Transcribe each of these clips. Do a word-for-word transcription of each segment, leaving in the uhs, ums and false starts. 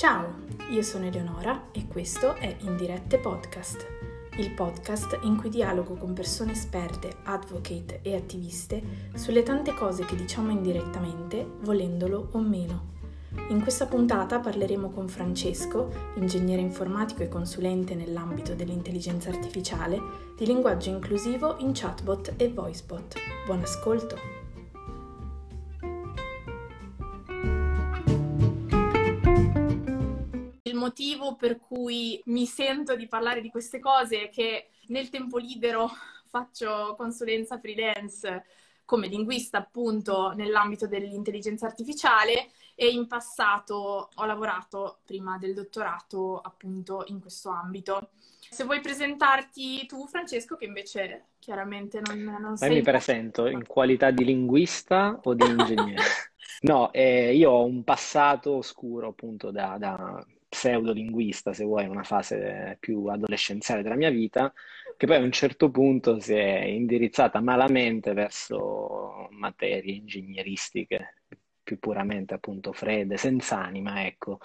Ciao, io sono Eleonora e questo è Indirette Podcast, il podcast in cui dialogo con persone esperte, advocate e attiviste sulle tante cose che diciamo indirettamente, volendolo o meno. In questa puntata parleremo con Francesco, ingegnere informatico e consulente nell'ambito dell'intelligenza artificiale, di linguaggio inclusivo in chatbot e voicebot. Buon ascolto! Il motivo per cui mi sento di parlare di queste cose è che nel tempo libero faccio consulenza freelance come linguista, appunto, nell'ambito dell'intelligenza artificiale e in passato ho lavorato prima del dottorato appunto in questo ambito. Se vuoi presentarti tu, Francesco, che invece chiaramente non, non Poi sei... mi presento in qualità di linguista o di ingegnere? No, eh, io ho un passato oscuro appunto da, da pseudolinguista, se vuoi, in una fase più adolescenziale della mia vita, che poi a un certo punto si è indirizzata malamente verso materie ingegneristiche, più puramente appunto fredde, senza anima, ecco.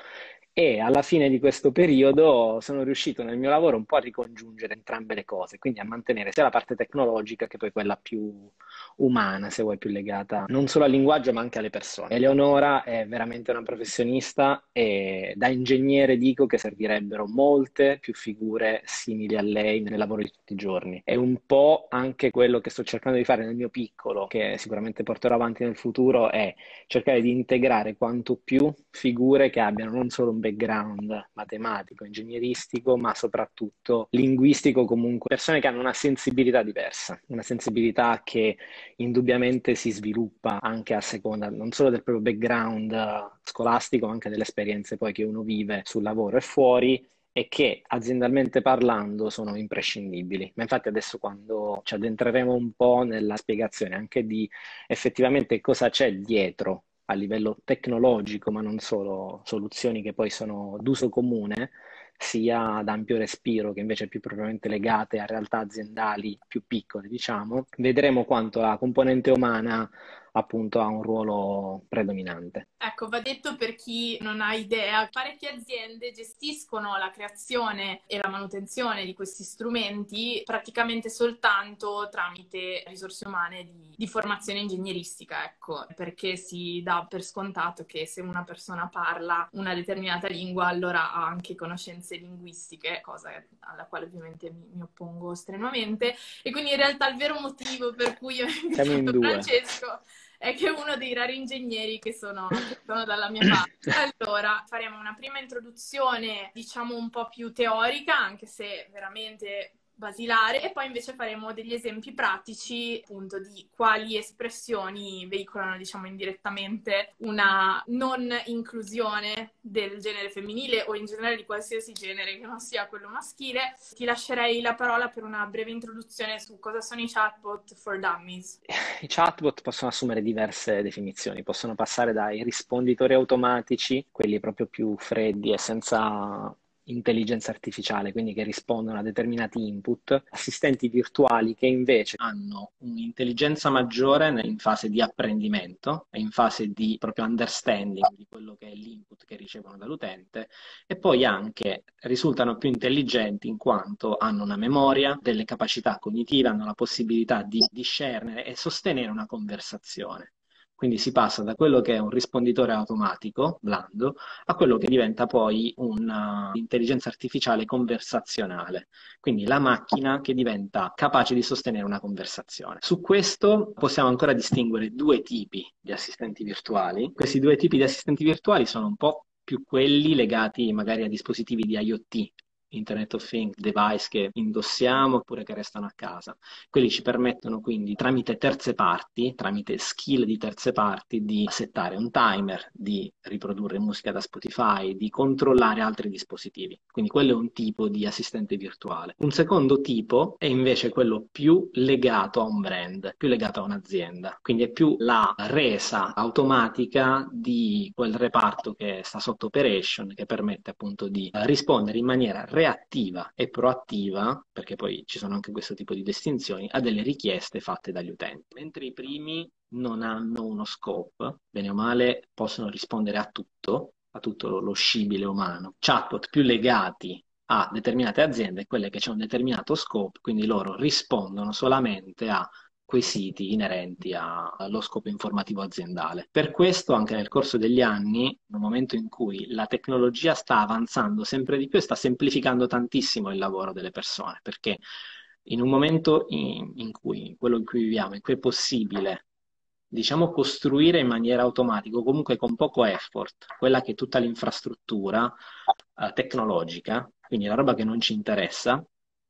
E alla fine di questo periodo sono riuscito nel mio lavoro un po' a ricongiungere entrambe le cose, quindi a mantenere sia la parte tecnologica che poi quella più umana, se vuoi, più legata non solo al linguaggio ma anche alle persone. Eleonora è veramente una professionista e da ingegnere dico che servirebbero molte più figure simili a lei nel lavoro di tutti i giorni. È un po' anche quello che sto cercando di fare nel mio piccolo, che sicuramente porterò avanti nel futuro, è cercare di integrare quanto più figure che abbiano non solo un background matematico, ingegneristico, ma soprattutto linguistico, comunque persone che hanno una sensibilità diversa, una sensibilità che indubbiamente si sviluppa anche a seconda non solo del proprio background eh, scolastico, ma anche delle esperienze poi che uno vive sul lavoro e fuori e che aziendalmente parlando sono imprescindibili. Ma infatti adesso quando ci addentreremo un po' nella spiegazione anche di effettivamente cosa c'è dietro a livello tecnologico, ma non solo, soluzioni che poi sono d'uso comune, sia ad ampio respiro che invece più propriamente legate a realtà aziendali più piccole, diciamo, vedremo quanto la componente umana appunto ha un ruolo predominante. Ecco, va detto per chi non ha idea, parecchie aziende gestiscono la creazione e la manutenzione di questi strumenti praticamente soltanto tramite risorse umane di, di formazione ingegneristica, ecco, perché si dà per scontato che se una persona parla una determinata lingua, allora ha anche conoscenze linguistiche, cosa alla quale ovviamente mi, mi oppongo strenuamente, e quindi in realtà il vero motivo per cui io ho Siamo in invitato due. Francesco è che è uno dei rari ingegneri che sono, che sono dalla mia parte. Allora, faremo una prima introduzione, diciamo un po' più teorica, anche se veramente basilare, e poi invece faremo degli esempi pratici, appunto, di quali espressioni veicolano, diciamo, indirettamente una non inclusione del genere femminile o in generale di qualsiasi genere che non sia quello maschile. Ti lascerei la parola per una breve introduzione su cosa sono i chatbot for dummies. I chatbot possono assumere diverse definizioni, possono passare dai risponditori automatici, quelli proprio più freddi e senza intelligenza artificiale, quindi che rispondono a determinati input, assistenti virtuali che invece hanno un'intelligenza maggiore in fase di apprendimento e in fase di proprio understanding di quello che è l'input che ricevono dall'utente e poi anche risultano più intelligenti in quanto hanno una memoria, delle capacità cognitive, hanno la possibilità di discernere e sostenere una conversazione. Quindi si passa da quello che è un risponditore automatico, blando, a quello che diventa poi un'intelligenza artificiale conversazionale, quindi la macchina che diventa capace di sostenere una conversazione. Su questo possiamo ancora distinguere due tipi di assistenti virtuali. Questi due tipi di assistenti virtuali sono un po' più quelli legati magari a dispositivi di IoT, Internet of Things, device che indossiamo oppure che restano a casa. Quelli ci permettono quindi tramite terze parti, tramite skill di terze parti, di settare un timer, di riprodurre musica da Spotify, di controllare altri dispositivi. Quindi quello è un tipo di assistente virtuale. Un secondo tipo è invece quello più legato a un brand, più legato a un'azienda. Quindi è più la resa automatica di quel reparto che sta sotto operation, che permette appunto di rispondere in maniera reattiva e proattiva, perché poi ci sono anche questo tipo di distinzioni, a delle richieste fatte dagli utenti. Mentre i primi non hanno uno scope, bene o male possono rispondere a tutto, a tutto lo, lo scibile umano. Chatbot più legati a determinate aziende, quelle che c'è un determinato scopo, quindi loro rispondono solamente a quesiti inerenti a- allo scopo informativo aziendale. Per questo, anche nel corso degli anni, nel momento in cui la tecnologia sta avanzando sempre di più e sta semplificando tantissimo il lavoro delle persone, perché in un momento in, in cui, quello in cui viviamo, in cui è possibile, diciamo, costruire in maniera automatica, o comunque con poco effort, quella che è tutta l'infrastruttura eh, tecnologica, quindi la roba che non ci interessa,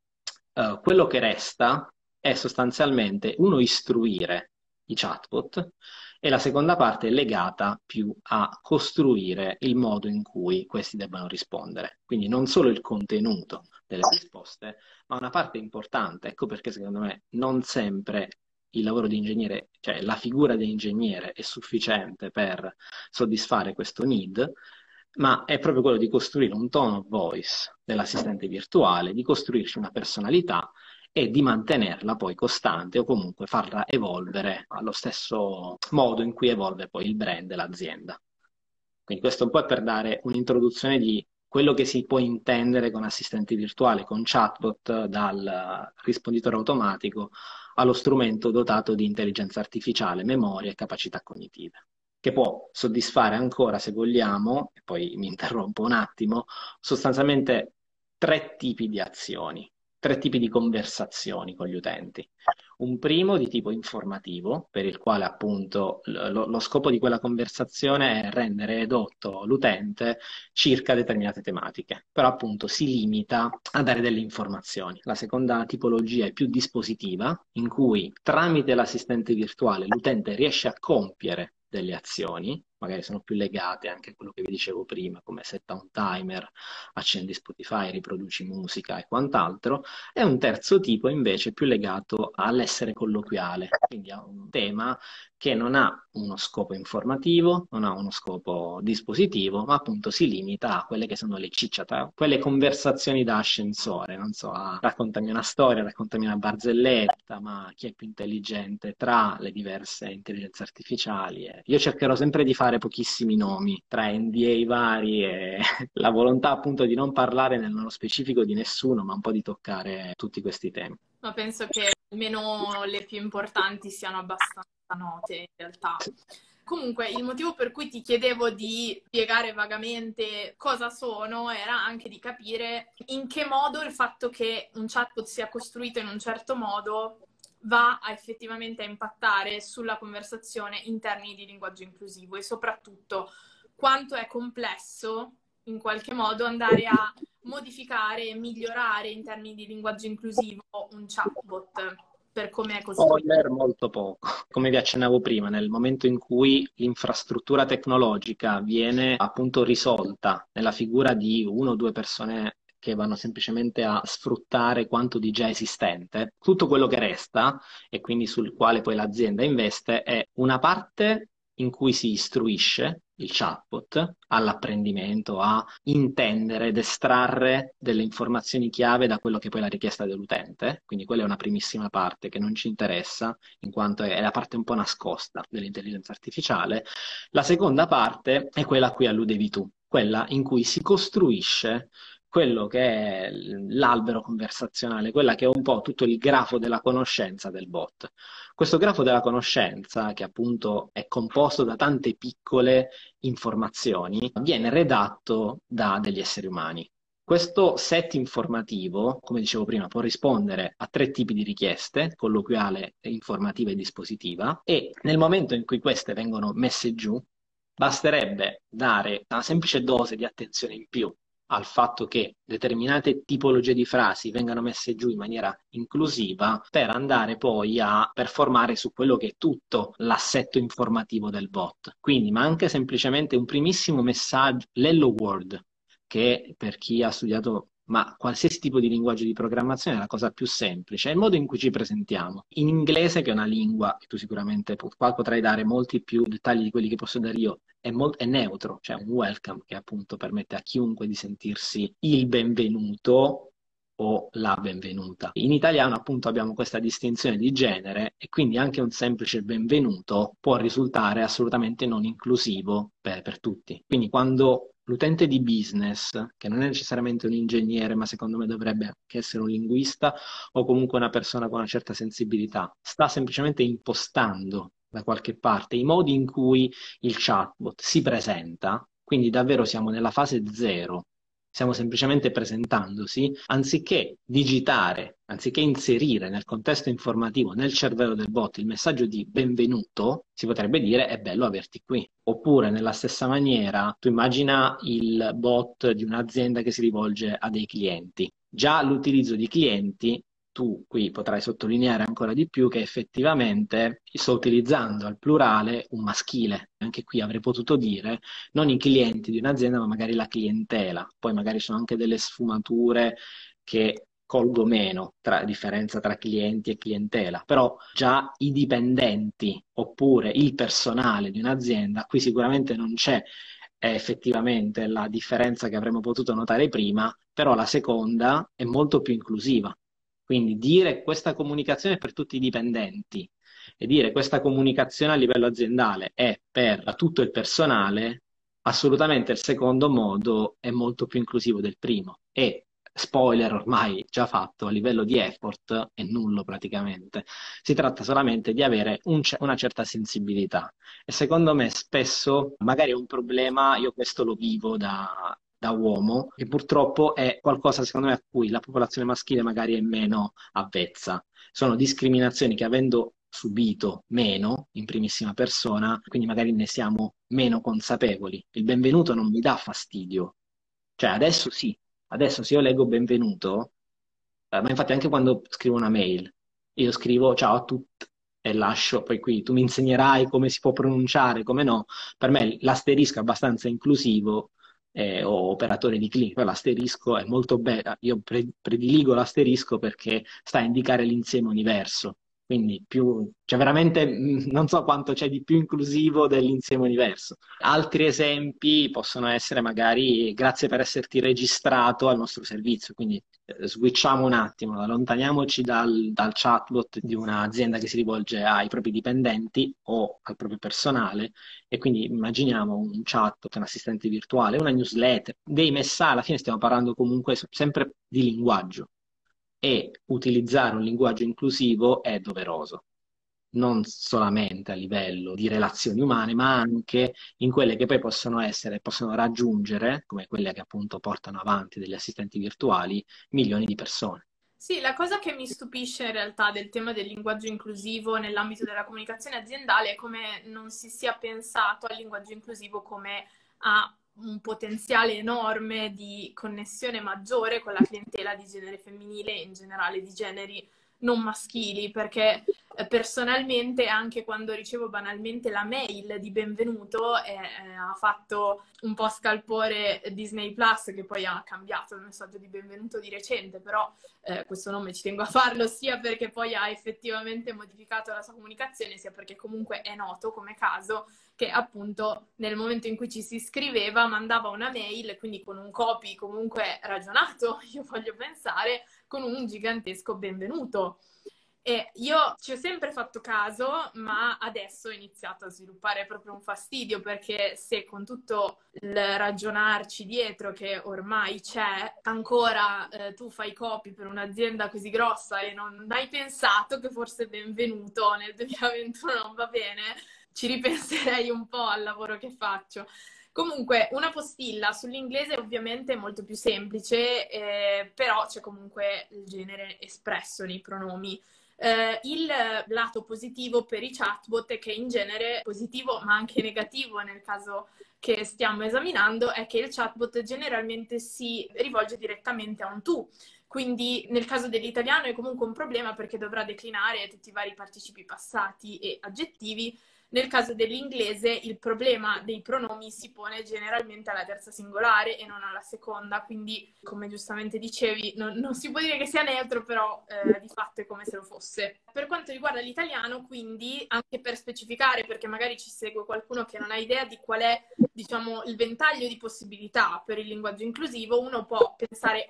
eh, quello che resta è sostanzialmente uno istruire i chatbot e la seconda parte è legata più a costruire il modo in cui questi debbano rispondere. Quindi non solo il contenuto delle risposte, ma una parte importante. Ecco perché secondo me non sempre il lavoro di ingegnere, cioè la figura di ingegnere è sufficiente per soddisfare questo need, ma è proprio quello di costruire un tone of voice dell'assistente virtuale, di costruirci una personalità e di mantenerla poi costante o comunque farla evolvere allo stesso modo in cui evolve poi il brand e l'azienda. Quindi questo un po' è per dare un'introduzione di quello che si può intendere con assistenti virtuali, con chatbot, dal risponditore automatico allo strumento dotato di intelligenza artificiale, memoria e capacità cognitive, che può soddisfare ancora, se vogliamo, e poi mi interrompo un attimo, sostanzialmente tre tipi di azioni, tre tipi di conversazioni con gli utenti. Un primo di tipo informativo, per il quale appunto lo, lo scopo di quella conversazione è rendere edotto l'utente circa determinate tematiche, però appunto si limita a dare delle informazioni. La seconda tipologia è più dispositiva, in cui tramite l'assistente virtuale l'utente riesce a compiere delle azioni, magari sono più legate anche a quello che vi dicevo prima, come setta un timer, accendi Spotify, riproduci musica e quant'altro, e un terzo tipo invece più legato all'essere colloquiale, quindi a un tema che non ha uno scopo informativo, non ha uno scopo dispositivo, ma appunto si limita a quelle che sono le cicciate, quelle conversazioni da ascensore, non so, a raccontami una storia, raccontami una barzelletta, ma chi è più intelligente tra le diverse intelligenze artificiali? E io cercherò sempre di fare pochissimi nomi tra N D A vari e la volontà appunto di non parlare nello specifico di nessuno, ma un po' di toccare tutti questi temi. Ma penso che almeno le più importanti siano abbastanza note in realtà. Comunque, il motivo per cui ti chiedevo di spiegare vagamente cosa sono era anche di capire in che modo il fatto che un chatbot sia costruito in un certo modo va a effettivamente a impattare sulla conversazione in termini di linguaggio inclusivo e soprattutto quanto è complesso in qualche modo andare a modificare e migliorare in termini di linguaggio inclusivo un chatbot per come è costruito. Spoiler molto poco. Come vi accennavo prima, nel momento in cui l'infrastruttura tecnologica viene appunto risolta nella figura di uno o due persone che vanno semplicemente a sfruttare quanto di già esistente, tutto quello che resta, e quindi sul quale poi l'azienda investe, è una parte in cui si istruisce il chatbot all'apprendimento, a intendere ed estrarre delle informazioni chiave da quello che poi è la richiesta dell'utente. Quindi quella è una primissima parte che non ci interessa, in quanto è la parte un po' nascosta dell'intelligenza artificiale. La seconda parte è quella a cui alludevi tu, quella in cui si costruisce quello che è l'albero conversazionale, quella che è un po' tutto il grafo della conoscenza del bot. Questo grafo della conoscenza, che appunto è composto da tante piccole informazioni, viene redatto da degli esseri umani. Questo set informativo, come dicevo prima, può rispondere a tre tipi di richieste: colloquiale, informativa e dispositiva, e nel momento in cui queste vengono messe giù, basterebbe dare una semplice dose di attenzione in più al fatto che determinate tipologie di frasi vengano messe giù in maniera inclusiva per andare poi a performare su quello che è tutto l'assetto informativo del bot. Quindi, ma anche semplicemente un primissimo messaggio, l'hello world, che per chi ha studiato ma qualsiasi tipo di linguaggio di programmazione è la cosa più semplice, è il modo in cui ci presentiamo. In inglese, che è una lingua che tu sicuramente qua potrai dare molti più dettagli di quelli che posso dare io, è, è neutro, cioè un welcome che appunto permette a chiunque di sentirsi il benvenuto o la benvenuta. In italiano appunto abbiamo questa distinzione di genere e quindi anche un semplice benvenuto può risultare assolutamente non inclusivo per, per tutti. Quindi quando l'utente di business, che non è necessariamente un ingegnere, ma secondo me dovrebbe anche essere un linguista o comunque una persona con una certa sensibilità, sta semplicemente impostando da qualche parte i modi in cui il chatbot si presenta, quindi davvero siamo nella fase zero, stiamo semplicemente presentandosi, anziché digitare, anziché inserire nel contesto informativo, nel cervello del bot, il messaggio di benvenuto, si potrebbe dire è bello averti qui. Oppure nella stessa maniera, tu immagina il bot di un'azienda che si rivolge a dei clienti. Già l'utilizzo di clienti, tu qui potrai sottolineare ancora di più che effettivamente sto utilizzando al plurale un maschile. Anche qui avrei potuto dire non i clienti di un'azienda, ma magari la clientela. Poi magari sono anche delle sfumature che colgo meno tra differenza tra clienti e clientela, però già i dipendenti oppure il personale di un'azienda, qui sicuramente non c'è eh, effettivamente la differenza che avremmo potuto notare prima, però la seconda è molto più inclusiva. Quindi dire questa comunicazione è per tutti i dipendenti e dire questa comunicazione a livello aziendale è per tutto il personale, assolutamente il secondo modo è molto più inclusivo del primo. E spoiler ormai già fatto, a livello di effort è nullo praticamente. Si tratta solamente di avere un ce- una certa sensibilità. E secondo me spesso magari è un problema, io questo lo vivo da, da uomo, e purtroppo è qualcosa secondo me a cui la popolazione maschile magari è meno avvezza. Sono discriminazioni che avendo subito meno in primissima persona, quindi magari ne siamo meno consapevoli. Il benvenuto non mi dà fastidio. Cioè adesso sì, adesso se io leggo benvenuto, eh, ma infatti anche quando scrivo una mail, io scrivo ciao a tutti e lascio, poi qui tu mi insegnerai come si può pronunciare, come no. Per me l'asterisco è abbastanza inclusivo, eh, o operatore di clic, poi l'asterisco è molto bello, io pre- prediligo l'asterisco perché sta a indicare l'insieme universo, quindi più, cioè veramente mh, non so quanto c'è di più inclusivo dell'insieme universo. Altri esempi possono essere magari grazie per esserti registrato al nostro servizio, quindi eh, switchiamo un attimo, allontaniamoci dal, dal chatbot di un'azienda che si rivolge ai propri dipendenti o al proprio personale e quindi immaginiamo un chatbot, un assistente virtuale, una newsletter, dei messaggi, alla fine stiamo parlando comunque sempre di linguaggio e utilizzare un linguaggio inclusivo è doveroso, non solamente a livello di relazioni umane, ma anche in quelle che poi possono essere, possono raggiungere, come quelle che appunto portano avanti degli assistenti virtuali, milioni di persone. Sì, la cosa che mi stupisce in realtà del tema del linguaggio inclusivo nell'ambito della comunicazione aziendale è come non si sia pensato al linguaggio inclusivo come a un potenziale enorme di connessione maggiore con la clientela di genere femminile e in generale di generi non maschili, perché eh, personalmente anche quando ricevo banalmente la mail di benvenuto eh, eh, ha fatto un po' scalpore Disney Plus, che poi ha cambiato il messaggio di benvenuto di recente, però eh, questo nome ci tengo a farlo sia perché poi ha effettivamente modificato la sua comunicazione, sia perché comunque è noto come caso che appunto nel momento in cui ci si iscriveva mandava una mail, quindi con un copy comunque ragionato, io voglio pensare, con un gigantesco benvenuto. E io ci ho sempre fatto caso, ma adesso ho iniziato a sviluppare proprio un fastidio, perché se con tutto il ragionarci dietro che ormai c'è, ancora eh, tu fai copy per un'azienda così grossa e non hai pensato che forse benvenuto nel duemilaventuno non va bene, ci ripenserei un po' al lavoro che faccio. Comunque, una postilla sull'inglese ovviamente è molto più semplice, eh, però c'è comunque il genere espresso nei pronomi. Eh, il lato positivo per i chatbot è che in genere positivo ma anche negativo nel caso che stiamo esaminando è che il chatbot generalmente si rivolge direttamente a un tu. Quindi nel caso dell'italiano è comunque un problema perché dovrà declinare tutti i vari participi passati e aggettivi. Nel caso dell'inglese il problema dei pronomi si pone generalmente alla terza singolare e non alla seconda, quindi come giustamente dicevi non, non si può dire che sia neutro, però eh, di fatto è come se lo fosse. Per quanto riguarda l'italiano, quindi, anche per specificare, perché magari ci segue qualcuno che non ha idea di qual è, diciamo, il ventaglio di possibilità per il linguaggio inclusivo, uno può pensare, oh,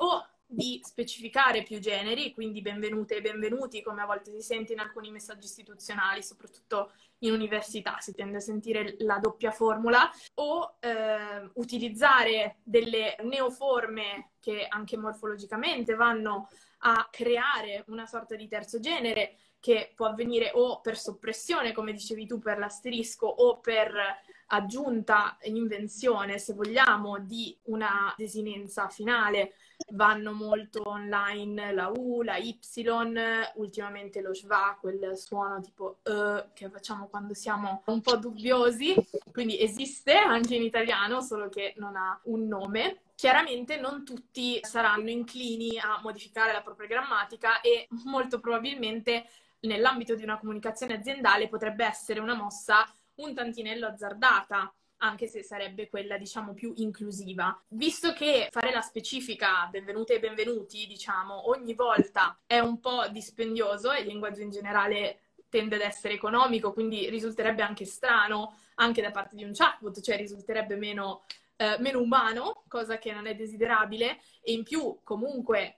di specificare più generi, quindi benvenute e benvenuti, come a volte si sente in alcuni messaggi istituzionali, soprattutto in università si tende a sentire la doppia formula, o eh, utilizzare delle neoforme che anche morfologicamente vanno a creare una sorta di terzo genere, che può avvenire o per soppressione, come dicevi tu, per l'asterisco, o per aggiunta, invenzione, se vogliamo, di una desinenza finale. Vanno molto online la U, la Y, ultimamente lo schwa, quel suono tipo uh, che facciamo quando siamo un po' dubbiosi, quindi esiste anche in italiano, solo che non ha un nome. Chiaramente non tutti saranno inclini a modificare la propria grammatica e molto probabilmente nell'ambito di una comunicazione aziendale potrebbe essere una mossa un tantinello azzardata, anche se sarebbe quella, diciamo, più inclusiva. Visto che fare la specifica benvenute e benvenuti, diciamo, ogni volta è un po' dispendioso e il linguaggio in generale tende ad essere economico, quindi risulterebbe anche strano anche da parte di un chatbot, cioè risulterebbe meno, eh, meno umano, cosa che non è desiderabile, e in più comunque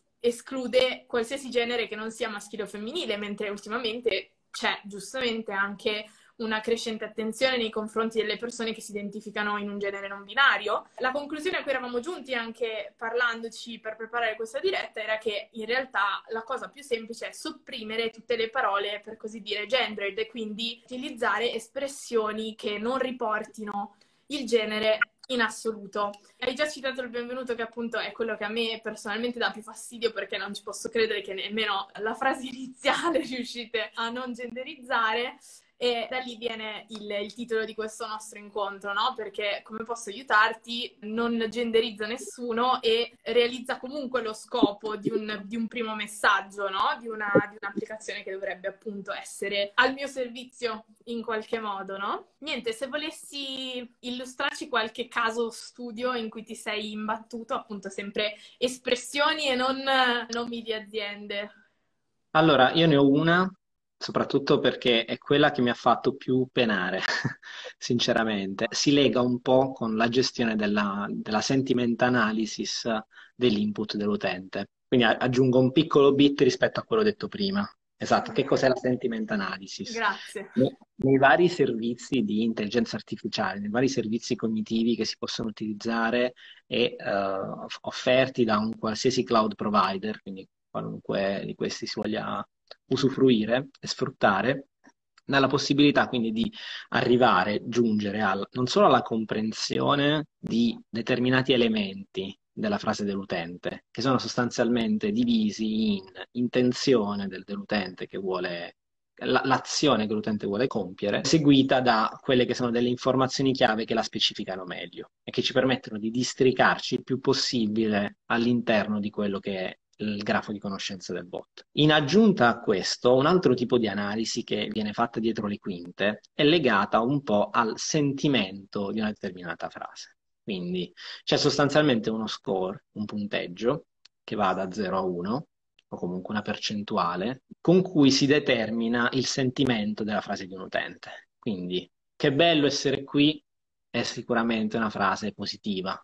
esclude qualsiasi genere che non sia maschile o femminile, mentre ultimamente c'è giustamente anche una crescente attenzione nei confronti delle persone che si identificano in un genere non binario. La conclusione a cui eravamo giunti anche parlandoci per preparare questa diretta era che in realtà la cosa più semplice è sopprimere tutte le parole, per così dire, gendered, e quindi utilizzare espressioni che non riportino il genere in assoluto. Hai già citato il benvenuto, che appunto è quello che a me personalmente dà più fastidio, perché non ci posso credere che nemmeno la frase iniziale riuscite a non genderizzare. E da lì viene il, il titolo di questo nostro incontro, no? Perché come posso aiutarti non genderizza nessuno e realizza comunque lo scopo di un, di un primo messaggio, no? Di una, di un'applicazione che dovrebbe appunto essere al mio servizio in qualche modo, no? Niente, se volessi illustrarci qualche caso studio in cui ti sei imbattuto, appunto sempre espressioni e non nomi di aziende. Allora, io ne ho una, soprattutto perché è quella che mi ha fatto più penare, sinceramente. Si lega un po' con la gestione della, della sentiment analysis dell'input dell'utente. Quindi a- aggiungo un piccolo bit rispetto a quello detto prima. Esatto, che cos'è la sentiment analysis? Grazie. Ne- Nei vari servizi di intelligenza artificiale, nei vari servizi cognitivi che si possono utilizzare e eh, off- offerti da un qualsiasi cloud provider, quindi qualunque di questi si voglia usufruire e sfruttare, dà possibilità quindi di arrivare, giungere al, non solo alla comprensione di determinati elementi della frase dell'utente, che sono sostanzialmente divisi in intenzione del- dell'utente che vuole, la- l'azione che l'utente vuole compiere, seguita da quelle che sono delle informazioni chiave che la specificano meglio e che ci permettono di districarci il più possibile all'interno di quello che è il grafo di conoscenza del bot. In aggiunta a questo, un altro tipo di analisi che viene fatta dietro le quinte è legata un po' al sentimento di una determinata frase. Quindi c'è sostanzialmente uno score, un punteggio, che va da zero a uno, o comunque una percentuale, con cui si determina il sentimento della frase di un utente. Quindi, che bello essere qui è sicuramente una frase positiva.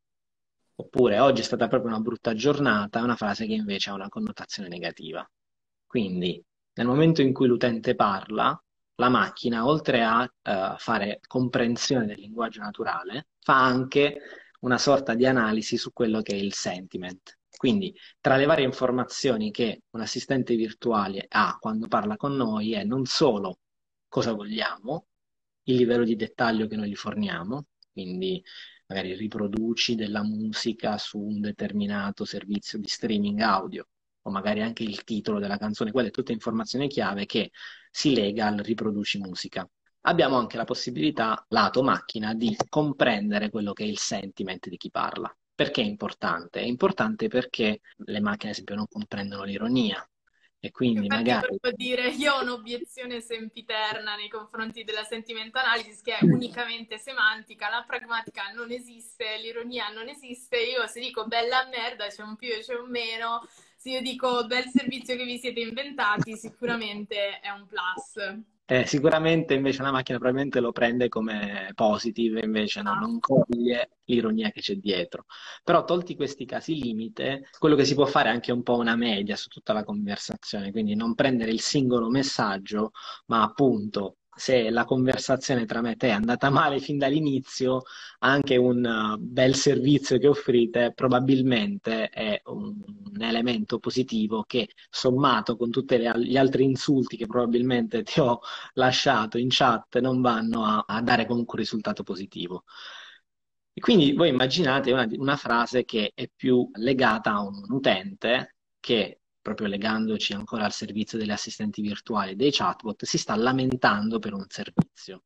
Oppure oggi è stata proprio una brutta giornata, è una frase che invece ha una connotazione negativa. Quindi, nel momento in cui l'utente parla, la macchina, oltre a eh, fare comprensione del linguaggio naturale, fa anche una sorta di analisi su quello che è il sentiment. Quindi, tra le varie informazioni che un assistente virtuale ha quando parla con noi è non solo cosa vogliamo, il livello di dettaglio che noi gli forniamo, quindi magari riproduci della musica su un determinato servizio di streaming audio, o magari anche il titolo della canzone, quella è tutta informazione chiave che si lega al riproduci musica. Abbiamo anche la possibilità, lato macchina, di comprendere quello che è il sentiment di chi parla. Perché è importante? È importante perché le macchine, ad esempio, non comprendono l'ironia e quindi Infatti magari... volevo dire, io ho un'obiezione sempiterna nei confronti della sentiment analysis, che è unicamente semantica, la pragmatica non esiste, l'ironia non esiste. Io se dico bella merda c'è un più e c'è un meno, se io dico bel servizio che vi siete inventati sicuramente è un plus. Eh, sicuramente invece la macchina probabilmente lo prende come positive, invece no, non coglie l'ironia che c'è dietro. Però tolti questi casi limite, quello che si può fare è anche un po' una media su tutta la conversazione, quindi non prendere il singolo messaggio, ma appunto se la conversazione tra me e te è andata male fin dall'inizio, anche un uh, bel servizio che offrite probabilmente è un, un elemento positivo che, sommato con tutti gli altri insulti che probabilmente ti ho lasciato in chat, non vanno a, a dare comunque un risultato positivo. E quindi voi immaginate una, una frase che è più legata a un utente che, proprio legandoci ancora al servizio degli assistenti virtuali e dei chatbot, si sta lamentando per un servizio.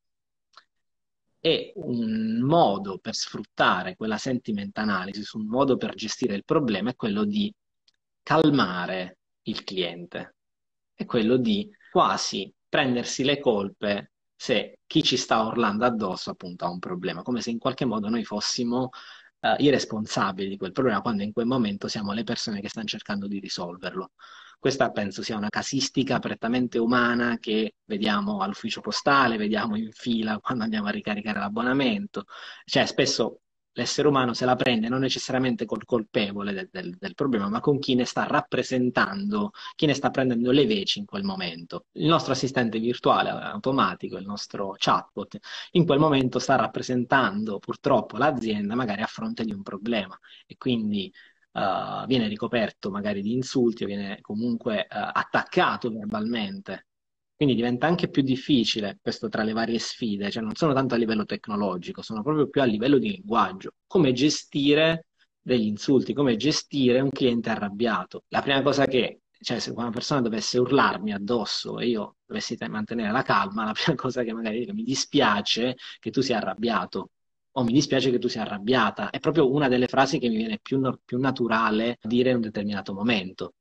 E un modo per sfruttare quella sentiment analysis, un modo per gestire il problema è quello di calmare il cliente, è quello di quasi prendersi le colpe se chi ci sta urlando addosso appunto ha un problema, come se in qualche modo noi fossimo eh, i responsabili di quel problema, quando in quel momento siamo le persone che stanno cercando di risolverlo. Questa penso sia una casistica prettamente umana che vediamo all'ufficio postale, vediamo in fila quando andiamo a ricaricare l'abbonamento. Cioè, spesso l'essere umano se la prende non necessariamente col colpevole del, del- del problema, ma con chi ne sta rappresentando, chi ne sta prendendo le veci in quel momento. Il nostro assistente virtuale automatico, il nostro chatbot, in quel momento sta rappresentando purtroppo l'azienda magari a fronte di un problema e quindi uh, viene ricoperto magari di insulti o viene comunque uh, attaccato verbalmente. Quindi diventa anche più difficile questo tra le varie sfide, cioè non sono tanto a livello tecnologico, sono proprio più a livello di linguaggio. Come gestire degli insulti, come gestire un cliente arrabbiato. La prima cosa che, cioè se una persona dovesse urlarmi addosso e io dovessi te- mantenere la calma, la prima cosa che magari dico, mi dispiace che tu sia arrabbiato o mi dispiace che tu sia arrabbiata. È proprio una delle frasi che mi viene più, no- più naturale dire in un determinato momento.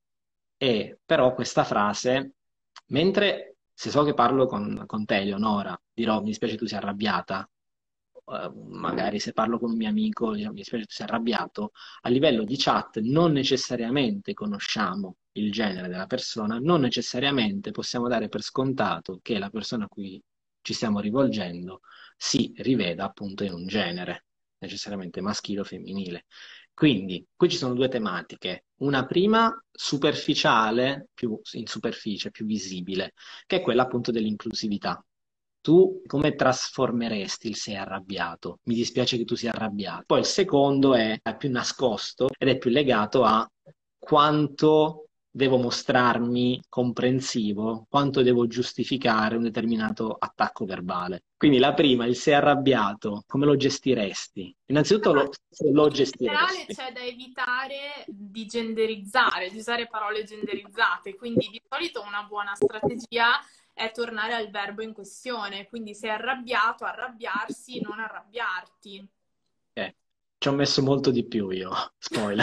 E però questa frase, mentre se so che parlo con, con te, Eleonora, dirò mi dispiace tu sia arrabbiata, eh, magari se parlo con un mio amico, dirò, mi dispiace tu sia arrabbiato, a livello di chat non necessariamente conosciamo il genere della persona, non necessariamente possiamo dare per scontato che la persona a cui ci stiamo rivolgendo si riveda appunto in un genere, necessariamente maschile o femminile. Quindi, qui ci sono due tematiche. Una prima superficiale, più in superficie, più visibile, che è quella appunto dell'inclusività. Tu come trasformeresti il sei arrabbiato? Mi dispiace che tu sia arrabbiato. Poi il secondo è, è più nascosto ed è più legato a quanto devo mostrarmi comprensivo, quanto devo giustificare un determinato attacco verbale. Quindi la prima, il sei arrabbiato, come lo gestiresti? Innanzitutto lo, se lo In generale gestiresti. c'è da evitare di genderizzare, di usare parole genderizzate, quindi di solito una buona strategia è tornare al verbo in questione, quindi se è arrabbiato, arrabbiarsi, non arrabbiarti. Eh, ci ho messo molto di più io, spoiler.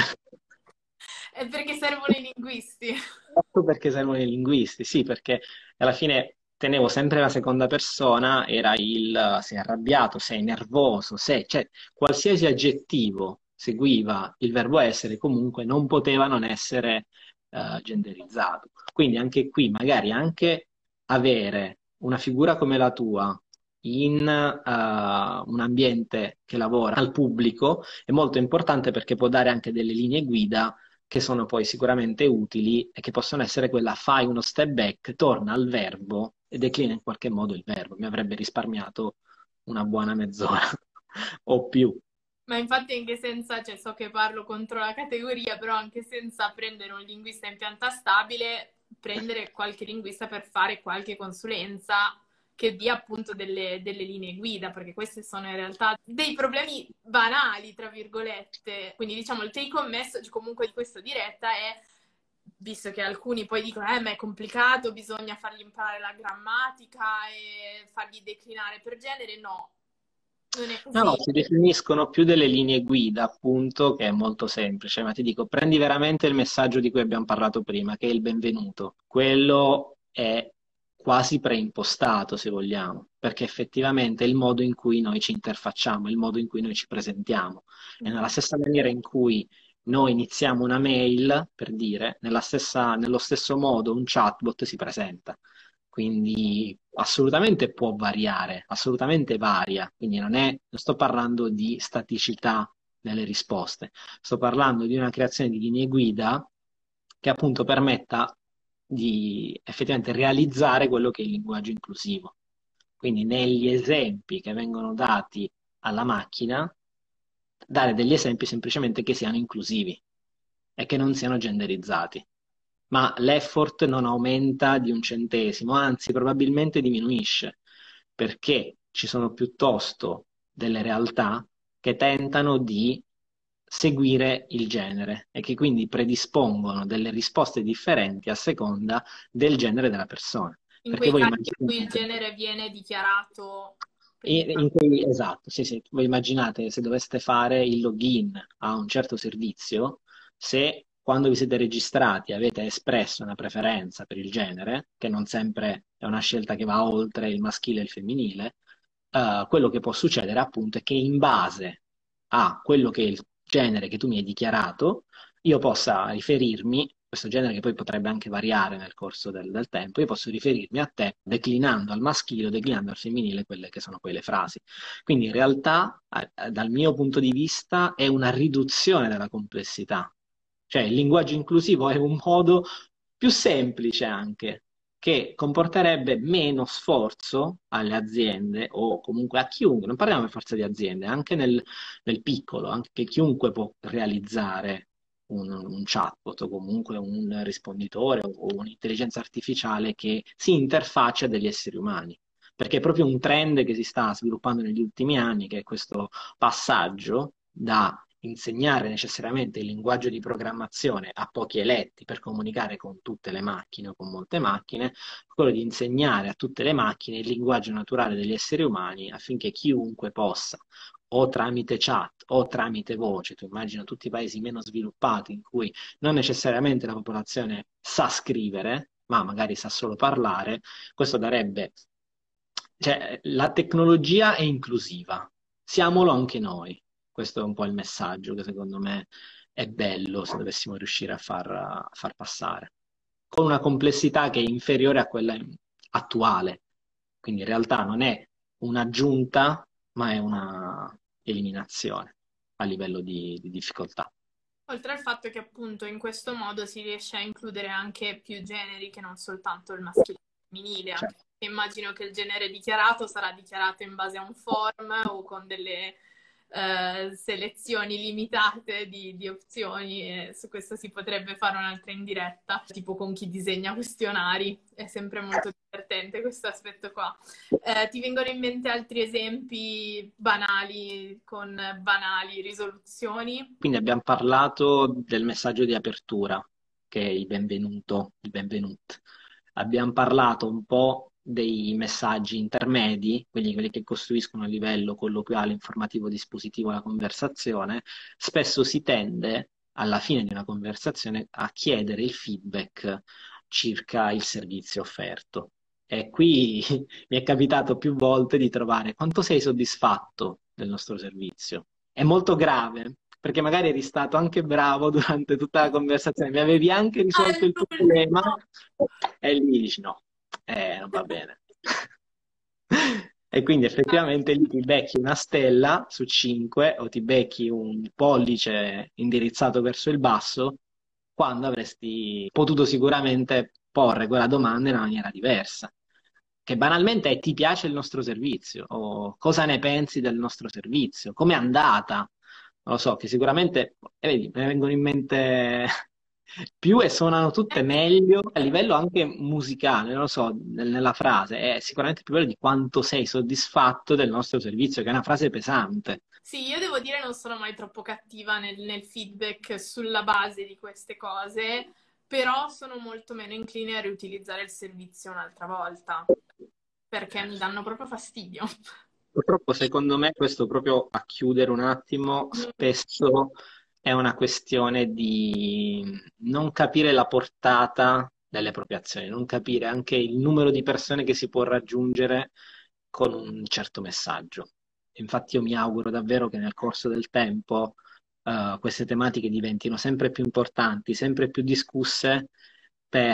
È perché servono i linguisti. Ecco perché servono i linguisti, sì, perché alla fine tenevo sempre la seconda persona, era il sei arrabbiato, sei nervoso, sei, cioè qualsiasi aggettivo seguiva il verbo essere comunque non poteva non essere eh, genderizzato. Quindi anche qui magari anche avere una figura come la tua in eh, un ambiente che lavora al pubblico è molto importante perché può dare anche delle linee guida che sono poi sicuramente utili e che possono essere quella fai uno step back, torna al verbo e declina in qualche modo il verbo. Mi avrebbe risparmiato una buona mezz'ora o più. Ma infatti anche senza, cioè so che parlo contro la categoria, però anche senza prendere un linguista in pianta stabile, prendere qualche linguista per fare qualche consulenza che dia appunto delle, delle linee guida, perché questi sono in realtà dei problemi banali, tra virgolette. Quindi diciamo il take home message comunque di questa diretta è, visto che alcuni poi dicono, eh, ma è complicato, bisogna fargli imparare la grammatica e fargli declinare per genere, no. Non è No, no, così. si definiscono più delle linee guida, appunto, che è molto semplice, ma ti dico, prendi veramente il messaggio di cui abbiamo parlato prima, che è il benvenuto. Quello è quasi preimpostato, se vogliamo, perché effettivamente è il modo in cui noi ci interfacciamo, è il modo in cui noi ci presentiamo. E nella stessa maniera in cui noi iniziamo una mail, per dire, nella stessa- nello stesso modo un chatbot si presenta. quindi assolutamente può variare, assolutamente varia, quindi non è, non sto parlando di staticità nelle risposte, sto parlando di una creazione di linee guida che appunto permetta di effettivamente realizzare quello che è il linguaggio inclusivo. Quindi negli esempi che vengono dati alla macchina, dare degli esempi semplicemente che siano inclusivi e che non siano genderizzati. Ma l'effort non aumenta di un centesimo, anzi probabilmente diminuisce, perché ci sono piuttosto delle realtà che tentano di seguire il genere e che quindi predispongono delle risposte differenti a seconda del genere della persona. In Perché quei voi casi in cui il immaginate, genere viene dichiarato in- prima. in cui- esatto, sì, sì, voi immaginate se doveste fare il login a un certo servizio, se quando vi siete registrati avete espresso una preferenza per il genere, che non sempre è una scelta che va oltre il maschile e il femminile, eh, quello che può succedere appunto è che in base a quello che è il genere che tu mi hai dichiarato, io possa riferirmi, questo genere che poi potrebbe anche variare nel corso del, del tempo, io posso riferirmi a te declinando al maschile o declinando al femminile quelle che sono poi le frasi. Quindi in realtà, eh, dal mio punto di vista, è una riduzione della complessità. Cioè il linguaggio inclusivo è un modo più semplice anche, che comporterebbe meno sforzo alle aziende o comunque a chiunque, non parliamo per forza di aziende, anche nel, nel piccolo, anche chiunque può realizzare un, un chatbot o comunque un risponditore o un'intelligenza artificiale che si interfaccia a degli esseri umani. Perché è proprio un trend che si sta sviluppando negli ultimi anni, che è questo passaggio da insegnare necessariamente il linguaggio di programmazione a pochi eletti per comunicare con tutte le macchine o con molte macchine, quello di insegnare a tutte le macchine il linguaggio naturale degli esseri umani affinché chiunque possa, o tramite chat o tramite voce, tu immagina tutti i paesi meno sviluppati in cui non necessariamente la popolazione sa scrivere, ma magari sa solo parlare, questo darebbe, cioè la tecnologia è inclusiva, siamolo anche noi. Questo è un po' il messaggio che secondo me è bello se dovessimo riuscire a far, a far passare, con una complessità che è inferiore a quella attuale. Quindi in realtà non è un'aggiunta, ma è una eliminazione a livello di, di difficoltà. Oltre al fatto che appunto in questo modo si riesce a includere anche più generi che non soltanto il maschile e il femminile, Cioè, anche perché immagino che il genere dichiarato sarà dichiarato in base a un form o con delle eh, selezioni limitate di, di opzioni e su questo si potrebbe fare un'altra in diretta, tipo con chi disegna questionari, è sempre molto divertente questo aspetto qua. Eh, ti vengono in mente altri esempi banali con banali risoluzioni? quindi abbiamo parlato del messaggio di apertura, che è il benvenuto, il benvenut. Abbiamo parlato un po' dei messaggi intermedi, quindi quelli che costruiscono a livello colloquiale, informativo, dispositivo la conversazione. Spesso si tende, alla fine di una conversazione, a chiedere il feedback circa il servizio offerto. E qui mi è capitato più volte di trovare quanto sei soddisfatto del nostro servizio. È molto grave, perché magari eri stato anche bravo durante tutta la conversazione, mi avevi anche risolto il tuo problema, All'ultimo. e lì dici no, eh, non va bene. E quindi effettivamente lì ti becchi una stella su cinque o ti becchi un pollice indirizzato verso il basso, quando avresti potuto sicuramente porre quella domanda in una maniera diversa. Che banalmente è: ti piace il nostro servizio? O cosa ne pensi del nostro servizio? Com'è andata? Non lo so, che sicuramente, eh, vedi, me ne vengono in mente più e suonano tutte meglio a livello anche musicale, non lo so, nel- nella frase, è sicuramente più bello di quanto sei soddisfatto del nostro servizio, che è una frase pesante. Sì, io devo dire non sono mai troppo cattiva nel, nel feedback sulla base di queste cose, però sono molto meno incline a riutilizzare il servizio un'altra volta, perché mi danno proprio fastidio. Purtroppo, secondo me, questo proprio a chiudere un attimo, spesso è una questione di non capire la portata delle proprie azioni, non capire anche il numero di persone che si può raggiungere con un certo messaggio. Infatti io mi auguro davvero che nel corso del tempo eh, queste tematiche diventino sempre più importanti, sempre più discusse per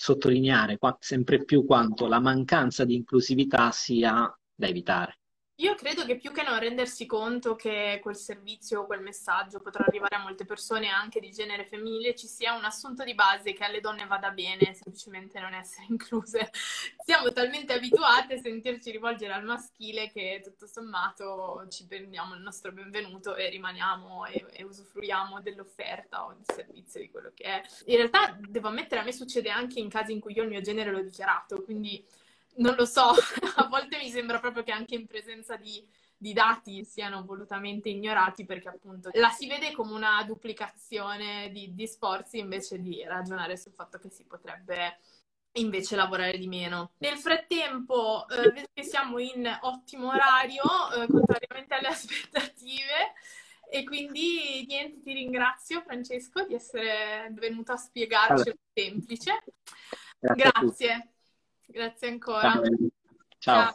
sottolineare qua- sempre più quanto la mancanza di inclusività sia da evitare. Io credo che più che non rendersi conto che quel servizio o quel messaggio potrà arrivare a molte persone anche di genere femminile, ci sia un assunto di base che alle donne vada bene semplicemente non essere incluse. Siamo talmente abituate a sentirci rivolgere al maschile che tutto sommato ci prendiamo il nostro benvenuto e rimaniamo e, e usufruiamo dell'offerta o del servizio di quello che è. In realtà, devo ammettere, a me succede anche in casi in cui io il mio genere l'ho dichiarato, quindi non lo so, a volte mi sembra proprio che anche in presenza di, di dati siano volutamente ignorati perché appunto la si vede come una duplicazione di, di sforzi invece di ragionare sul fatto che si potrebbe invece lavorare di meno. Nel frattempo, eh, vedo che siamo in ottimo orario, eh, contrariamente alle aspettative, e quindi niente, ti ringrazio Francesco di essere venuto a spiegarci Allora, il semplice. grazie a tutti. Grazie. Grazie ancora. Ciao. Ciao. Ciao.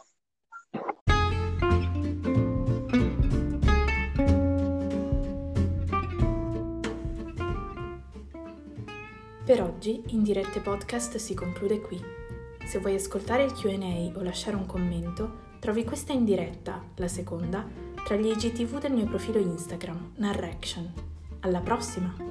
Per oggi In Dirette Podcast si conclude qui. Se vuoi ascoltare il Q and A o lasciare un commento, trovi questa in diretta, la seconda, tra gli I G T V del mio profilo Instagram, Narraction. Alla prossima!